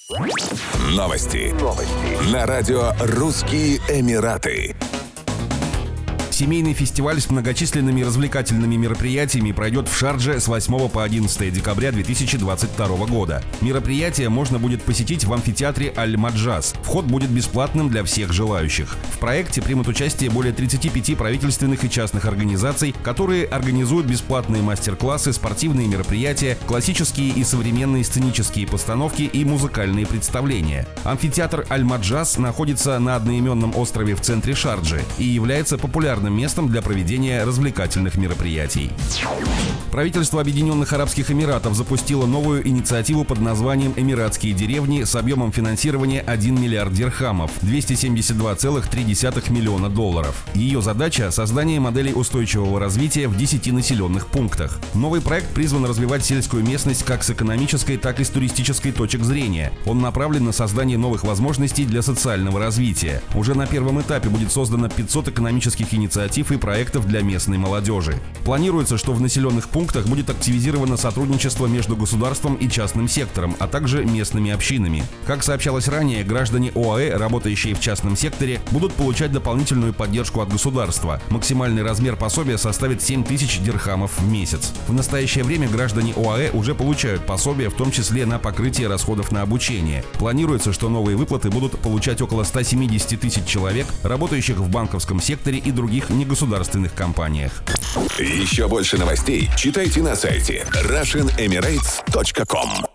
Новости. На радио «Русские Эмираты». Семейный фестиваль с многочисленными развлекательными мероприятиями пройдет в Шардже с 8 по 11 декабря 2022 года. Мероприятие можно будет посетить в амфитеатре Аль-Маджаз. Вход будет бесплатным для всех желающих. В проекте примут участие более 35 правительственных и частных организаций, которые организуют бесплатные мастер-классы, спортивные мероприятия, классические и современные сценические постановки и музыкальные представления. Амфитеатр Аль-Маджаз находится на одноименном острове в центре Шарджи и является популярным местом для проведения развлекательных мероприятий. Правительство Объединенных Арабских Эмиратов запустило новую инициативу под названием «Эмиратские деревни» с объемом финансирования 1 миллиард дирхамов, 272,3 миллиона долларов. Ее задача – создание моделей устойчивого развития в 10 населенных пунктах. Новый проект призван развивать сельскую местность как с экономической, так и с туристической точек зрения. Он направлен на создание новых возможностей для социального развития. Уже на первом этапе будет создано 500 экономических инициатив и проектов для местной молодежи. Планируется, что в населенных пунктах будет активизировано сотрудничество между государством и частным сектором, а также местными общинами. Как сообщалось ранее, граждане ОАЭ, работающие в частном секторе, будут получать дополнительную поддержку от государства. Максимальный размер пособия составит 7 тысяч дирхамов в месяц. В настоящее время граждане ОАЭ уже получают пособия, в том числе на покрытие расходов на обучение. Планируется, что новые выплаты будут получать около 170 тысяч человек, работающих в банковском секторе и других негосударственных компаниях. Еще больше новостей читайте на сайте RussianEmirates.com.